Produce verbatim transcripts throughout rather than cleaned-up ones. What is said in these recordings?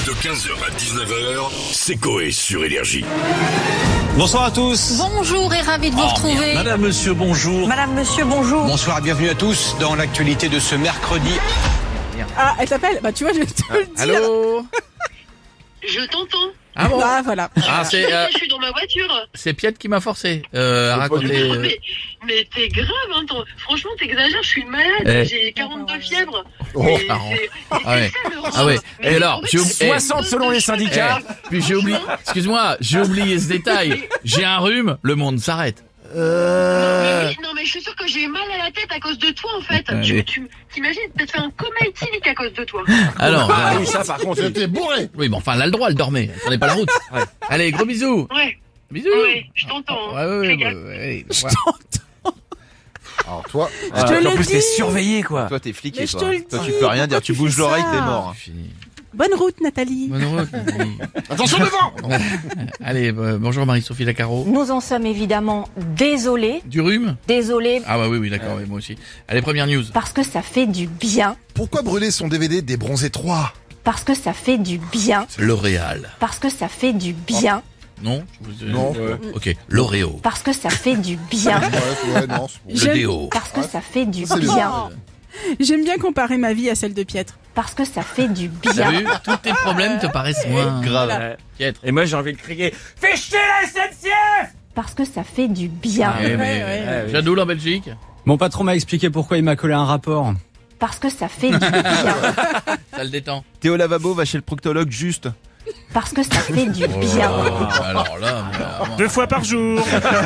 De quinze heures à dix-neuf heures, c'est Coé sur Énergie. Bonsoir à tous. Bonjour et ravi de vous Oh, retrouver. Madame, monsieur, bonjour. Madame, monsieur, bonjour. Bonsoir et bienvenue à tous dans l'actualité de ce mercredi. Ah, elle t'appelle? Bah tu vois, je vais te le dire. Allô? Je t'entends. Ah bon? Ah voilà. Ah, c'est, euh, Je suis dans ma voiture. c'est Piette qui m'a forcé euh, à raconter. Non, euh, mais, mais t'es grave, hein. ton- Franchement, t'exagères. Je suis malade. Eh. J'ai quarante-deux fièvres. Oh, Mais pardon. c'est- Ah c'est ouais. ça, le Ah ouais. Mais Et alors, en fait, j'ai oublié- c'est soixante selon les de syndicats. Eh, puis j'ai oublié, excuse-moi, j'ai oublié ce détail. J'ai un rhume, le monde s'arrête. Non, mais, oui, non, mais je suis sûre que j'ai eu mal à la tête à cause de toi, en fait. Allez. Tu, tu t'imagines, t'as fait un coma éthylique à cause de toi. Alors, Ah alors- oui, ça par contre. J'étais bourré. oui, mais enfin, elle a le droit, elle dormait. Elle prenait pas la route. Allez, gros bisous. Ouais, Bisous. ouais, je t'entends. Ouais, hein. ouais, Fais ouais, gaffe. ouais, ouais. Je Ouais. t'entends. Alors toi, Je te en l'ai plus, dit. t'es surveillé, quoi. Toi t'es fliqué Mais je toi. te le Toi dis, tu peux rien dire, pourquoi tu tu bouges fais l'oreille, ça t'es mort. C'est fini. Bonne route, Nathalie. Bonne route, Nathalie. attention devant. Allez, bah, bonjour Marie-Sophie Lacaro. Nous en sommes évidemment désolés. Du rhume? Désolés Ah bah oui, oui, d'accord, oui, moi aussi. Allez, première news. parce que ça fait du bien. Pourquoi brûler son D V D des Bronzés trois? Parce que ça fait du bien. L'Oréal. Parce que ça fait du bien. Non? Je vous- Non. Ouais. Ok, l'Oreo. Parce que ça fait du bien. Ouais, ouais, non. c'est bon. Le J'aime- déo. Parce que ça fait du Ça, c'est bien. bien. J'aime bien comparer ma vie à celle de Pietre. Parce que ça fait du T'as bien. vu? Tous tes problèmes te paraissent moins Grave. piètres. Et moi, j'ai envie de crier fais chier la S N C F. Parce que ça fait du bien. Eh, mais, ouais, ouais. euh, Jadoul en Belgique. Mon patron m'a expliqué pourquoi il m'a collé un rapport. Parce que ça fait du bien. Ça le détend. T'es au lavabo, va chez le proctologue juste. Parce que ça fait du Oh bien. là, alors là, mais vraiment, Deux fois par jour.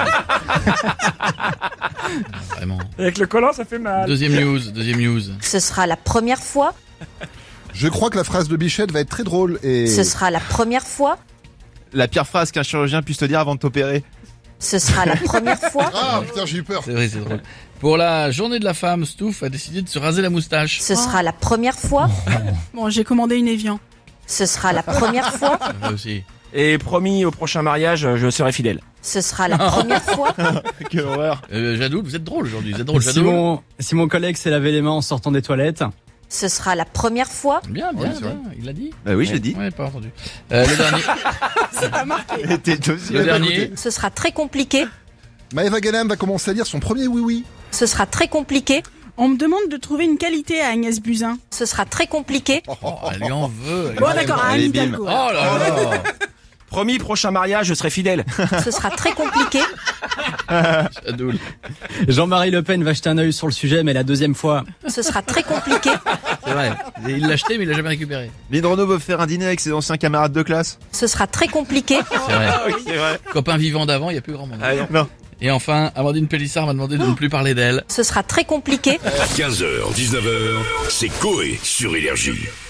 vraiment. Avec le collant, ça fait mal. Deuxième news, deuxième news. Ce sera la première fois. Je crois que la phrase de Bichette va être très drôle et. Ce sera la première fois. La pire phrase qu'un chirurgien puisse te dire avant de t'opérer. Ce sera la première fois. Ah putain, j'ai eu peur. C'est vrai, c'est drôle. Pour la journée de la femme, Stouff a décidé de se raser la moustache. Ce sera la première fois. Bon, j'ai commandé une Evian. Ce sera la première fois. Ça va aussi. Et promis, au prochain mariage, je serai fidèle. Ce sera la première fois. Quelle horreur. Euh, Jadoul, vous êtes drôle aujourd'hui, vous êtes drôle, Si Jadoul. mon, si mon collègue s'est lavé les mains en sortant des toilettes, Ce sera la première fois. Bien, bien, Oui, c'est bien. Il l'a dit. Bah oui, je l'ai dit. Ouais, pas entendu. Euh, le dernier. Et t'es aussi. Le dernier. Ce sera très compliqué. Maëva Galam va commencer à dire son premier oui oui. Ce sera très compliqué. On me demande de trouver une qualité à Agnès Buzyn. Ce sera très compliqué. Oh, elle lui en veut. elle Bon, lui en d'accord, à allez, Anne bim. Hidalgo. veut. Oh là là. Promis, prochain mariage, je serai fidèle. Ce sera très compliqué. Jadoul. Jean-Marie Le Pen va jeter un œil sur le sujet, mais la deuxième fois, Ce sera très compliqué. C'est vrai. Il l'a acheté, mais il l'a jamais récupéré. Lynn Renaud veut faire un dîner avec ses anciens camarades de classe. Ce sera très compliqué. C'est vrai. C'est vrai. Copain vivant d'avant, il n'y a plus grand monde. Non. Et enfin, Amandine Pélissard m'a demandé de ne plus parler d'elle. Ce sera très compliqué. quinze heures, dix-neuf heures, c'est Coé sur Énergie.